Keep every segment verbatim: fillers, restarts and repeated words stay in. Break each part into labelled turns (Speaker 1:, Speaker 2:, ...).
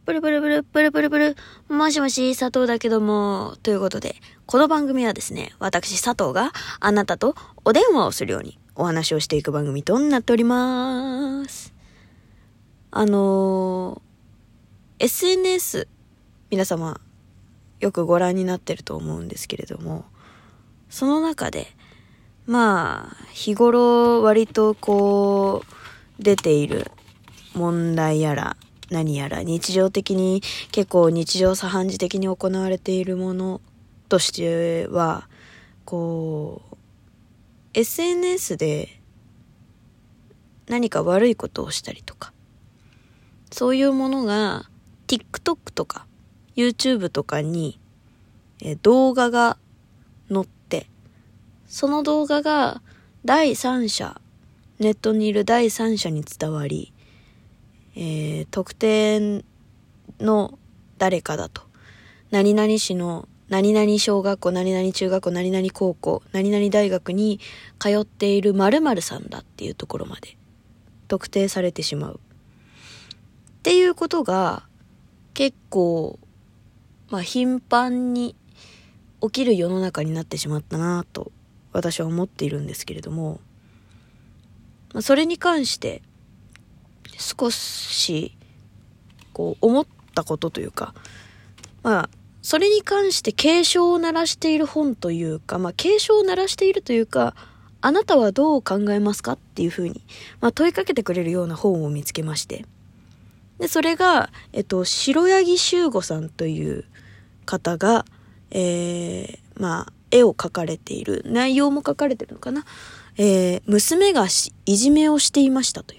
Speaker 1: ブルブルブルブルブルブル、もしもし佐藤だけども、ということで、この番組はですね、私佐藤があなたとお電話をするようにお話をしていく番組となっております。あのー、エスエヌエス 皆様よくご覧になってると思うんですけれども、その中でまあ日頃割とこう出ている問題やら何やら日常的に結構日常茶飯事的に行われているものとしてはこう エスエヌエス で何か悪いことをしたりとかそういうものが TikTok とか YouTube とかにえ動画が載ってその動画が第三者ネットにいる第三者に伝わりえー、特定の誰かだと何々市の何々小学校何々中学校何々高校何々大学に通っている〇〇さんだっていうところまで特定されてしまうっていうことが結構まあ頻繁に起きる世の中になってしまったなと私は思っているんですけれども、まあ、それに関して少しこう思ったことというかまあそれに関して警鐘を鳴らしている本というかまあ警鐘を鳴らしているというかあなたはどう考えますかっていうふうに、まあ、問いかけてくれるような本を見つけましてでそれが、えっと、白柳修吾さんという方が、えー、まあ絵を描かれている内容も書かれてるのかな、えー、娘がいじめをしていましたという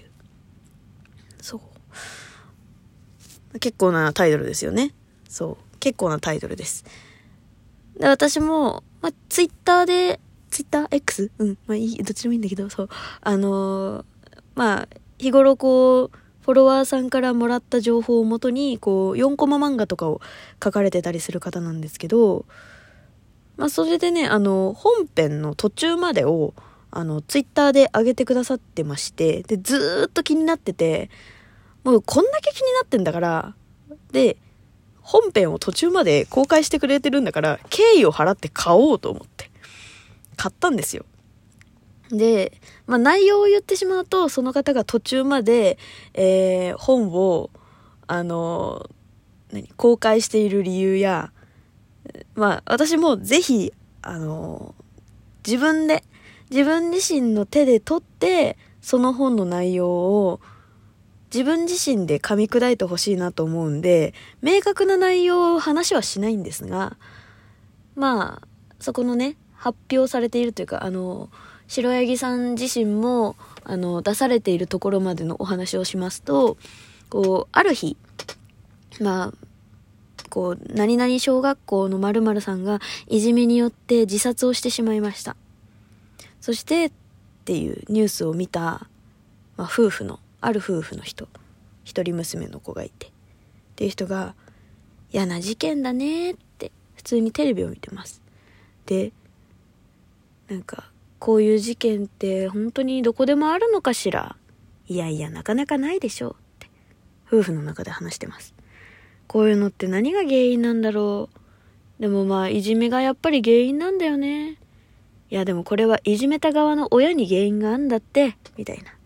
Speaker 1: そう結構なタイトルですよね。そう結構なタイトルです。で私も、まあ、ツイッターでツイッター X うんまあいいどっちでもいいんだけどそうあのー、まあ日頃こうフォロワーさんからもらった情報をもとにこうよんコマ漫画とかを書かれてたりする方なんですけど、まあそれでねあの本編の途中までをあのツイッターで上げてくださってましてでずーっと気になっててもうこんだけ気になってんだからで本編を途中まで公開してくれてるんだから敬意を払って買おうと思って買ったんですよ。で、まあ、内容を言ってしまうとその方が途中まで、えー、本をあの何公開している理由やまあ私もぜひあの自分で自分自身の手で取ってその本の内容を自分自身で噛み砕いてほしいなと思うんで明確な内容を話はしないんですがまあそこのね発表されているというかあの白柳さん自身もあの出されているところまでのお話をしますとこうある日まあこう何々小学校の〇〇さんがいじめによって自殺をしてしまいましたそしてっていうニュースを見た、まあ、夫婦のある夫婦の人一人娘の子がいてっていう人が嫌な事件だねって普通にテレビを見てますでなんかこういう事件って本当にどこでもあるのかしらいやいやなかなかないでしょうって夫婦の中で話してますこういうのって何が原因なんだろうでもまあいじめがやっぱり原因なんだよねいやでもこれはいじめた側の親に原因があるんだってみたいな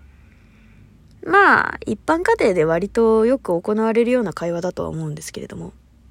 Speaker 1: まあ一般家庭で割とよく行われるような会話だとは思うんですけれども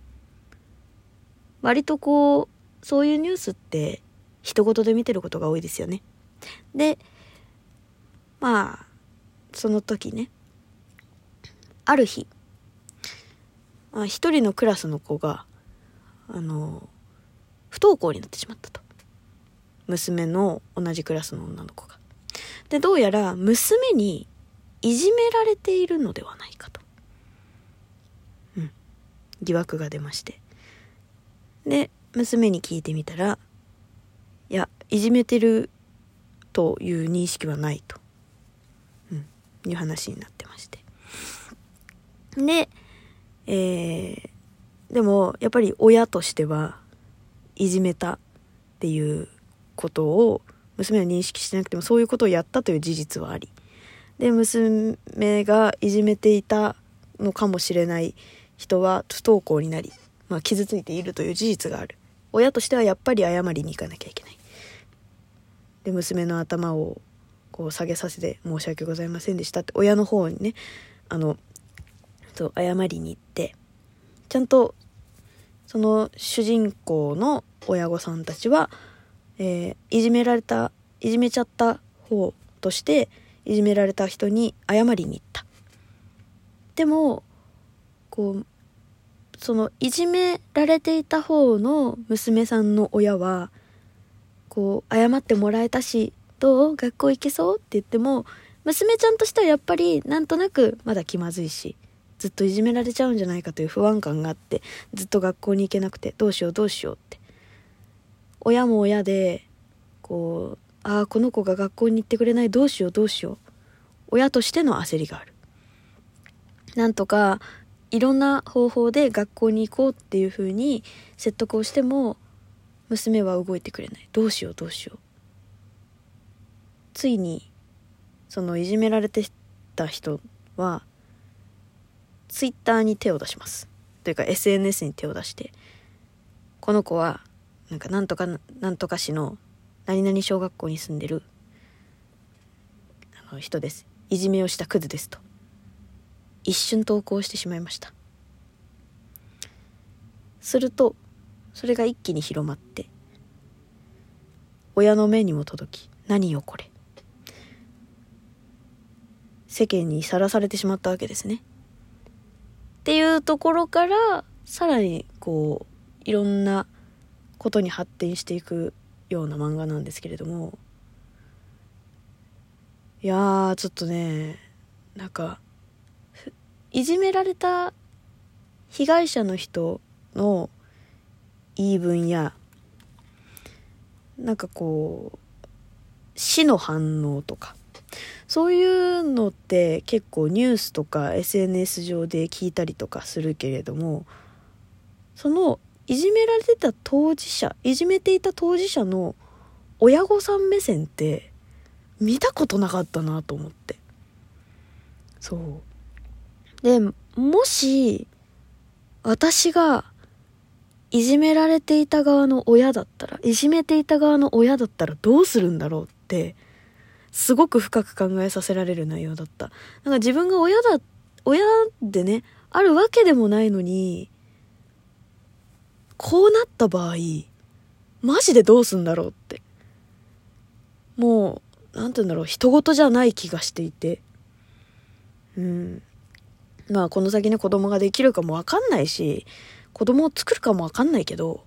Speaker 1: 割とこうそういうニュースって一言で見てることが多いですよねでまあその時ねある日まあ、一人のクラスの子があの不登校になってしまったと娘の同じクラスの女の子がでどうやら娘にいじめられているのではないかと、うん、疑惑が出ましてで娘に聞いてみたらいやいじめてるという認識はないと、うん、いう話になってましてで、えー、でもやっぱり親としてはいじめたっていうことを娘は認識してなくてもそういうことをやったという事実はありで娘がいじめていたのかもしれない人は不登校になり、まあ、傷ついているという事実がある。親としてはやっぱり謝りに行かなきゃいけない。で、娘の頭をこう下げさせて申し訳ございませんでしたって親の方にね、あのそう謝りに行って、ちゃんとその主人公の親御さんたちは、えー、いじめられたいじめちゃった方としていじめられた人に謝りに行った。でもこうそのいじめられていた方の娘さんの親はこう謝ってもらえたし、どう学校行けそうって言っても、娘ちゃんとしてはやっぱりなんとなくまだ気まずいし、ずっといじめられちゃうんじゃないかという不安感があって、ずっと学校に行けなくてどうしようどうしようって、親も親でこう、ああこの子が学校に行ってくれない、どうしようどうしよう、親としての焦りがある。なんとかいろんな方法で学校に行こうっていう風に説得をしても娘は動いてくれない。どうしようどうしよう。ついにそのいじめられてた人はツイッターに手を出します。というか エスエヌエス に手を出して、この子はなんかなんとかなんとか市の何々小学校に住んでるあの人です。いじめをしたクズですと一瞬投稿してしまいました。するとそれが一気に広まって、親の目にも届き、何よこれ、世間にさらされてしまったわけですね。っていうところからさらにこういろんなことに発展していくような漫画なんですけれども、いやーちょっとね、なんかいじめられた被害者の人の言い分や、なんかこう死の反応とか、そういうのって結構ニュースとか エスエヌエス 上で聞いたりとかするけれども、そのいじめられてた当事者、いじめていた当事者の親御さん目線って見たことなかったなと思って。そうで、もし私がいじめられていた側の親だったら、いじめていた側の親だったらどうするんだろうってすごく深く考えさせられる内容だった。なんか自分が親だ親でねあるわけでもないのに、こうなった場合マジでどうすんだろうって、もうなんて言うんだろう、人事じゃない気がしていて、うんまあこの先ね子供ができるかもわかんないし、子供を作るかもわかんないけど、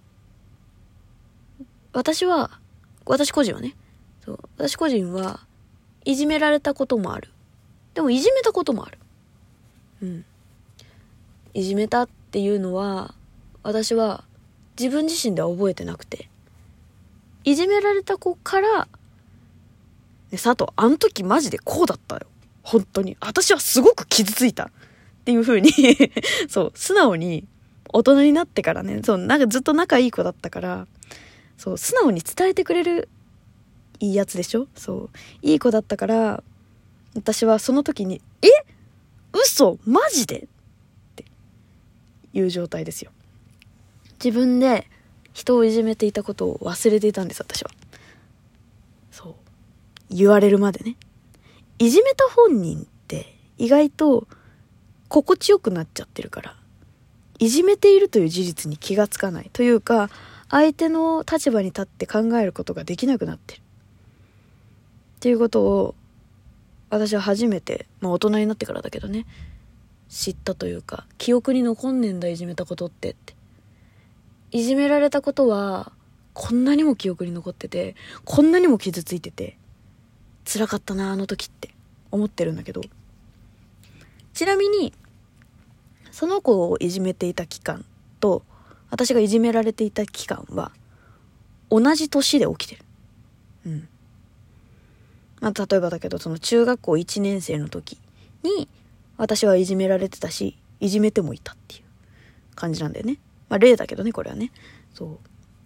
Speaker 1: 私は私個人はねそう私個人はいじめられたこともある。でもいじめたこともある。うんいじめたっていうのは私は自分自身では覚えてなくて、いじめられた子からね、佐藤あの時マジでこうだったよ、本当に私はすごく傷ついたっていう風にそう素直に大人になってからね、そうなんかずっと仲いい子だったから、そう素直に伝えてくれるいいやつでしょ。そういい子だったから、私はその時にえ嘘マジでっていう状態ですよ。自分で人をいじめていたことを忘れていたんです、私は。そう言われるまでね。いじめた本人って意外と心地よくなっちゃってるから、いじめているという事実に気がつかないというか、相手の立場に立って考えることができなくなってるっていうことを私は初めて、まあ大人になってからだけどね、知ったというか、記憶に残んねんだいじめたことってって。いじめられたことはこんなにも記憶に残ってて、こんなにも傷ついてて辛かったなあの時って思ってるんだけど、ちなみにその子をいじめていた期間と私がいじめられていた期間は同じ年で起きてる。うんまあ、例えばだけど、その中学校いちねん生の時に私はいじめられてたし、いじめてもいたっていう感じなんだよね。まあ例だけどね、これはね。そう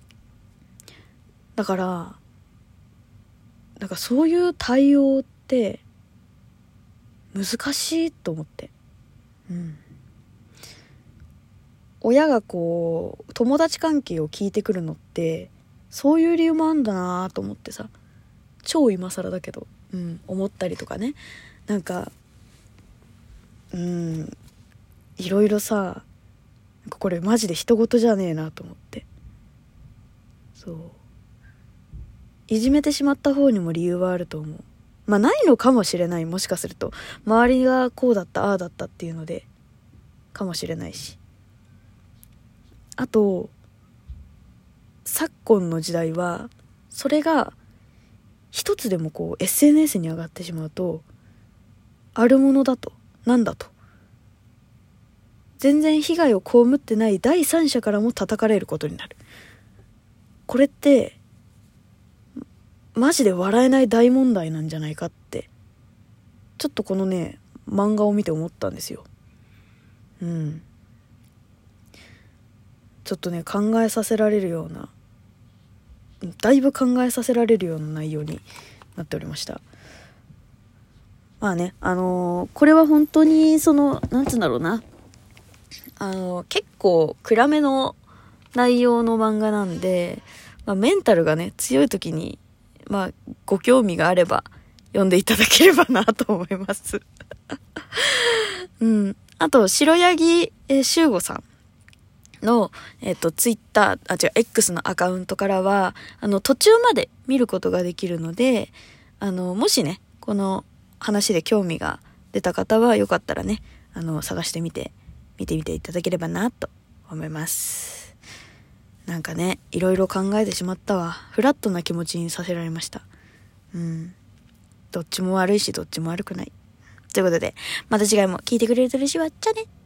Speaker 1: だからなんかそういう対応って難しいと思って。うん親がこう友達関係を聞いてくるのってそういう理由もあんだなと思ってさ、超今更だけど、うん、思ったりとかね。なんかうんいろいろさ、なんかこれマジで人事じゃねえなと思って、そういじめてしまった方にも理由はあると思う。まあないのかもしれない。もしかすると周りがこうだったああだったっていうのでかもしれないし、あと昨今の時代はそれが一つでもこう エスエヌエス に上がってしまうとあるものだと、なんだと、全然被害を被ってない第三者からも叩かれることになる。これってマジで笑えない大問題なんじゃないかって、ちょっとこのね漫画を見て思ったんですよ。うんちょっとね考えさせられるような、だいぶ考えさせられるような内容になっておりました。まあね、あのー、これは本当にそのなんつうんだろうな、あのー、結構暗めの内容の漫画なんで、まあ、メンタルがね強い時にまあご興味があれば読んでいただければなと思いますうん、あと白柳修吾さんの、えっと、ツイッター、あ、違う、X のアカウントからは、あの、途中まで見ることができるので、あの、もしね、この話で興味が出た方は、よかったらね、あの、探してみて、見てみていただければな、と思います。なんかね、いろいろ考えてしまったわ。フラットな気持ちにさせられました。うん。どっちも悪いし、どっちも悪くない。ということで、また次回も聞いてくれると嬉しいわ。じゃあね。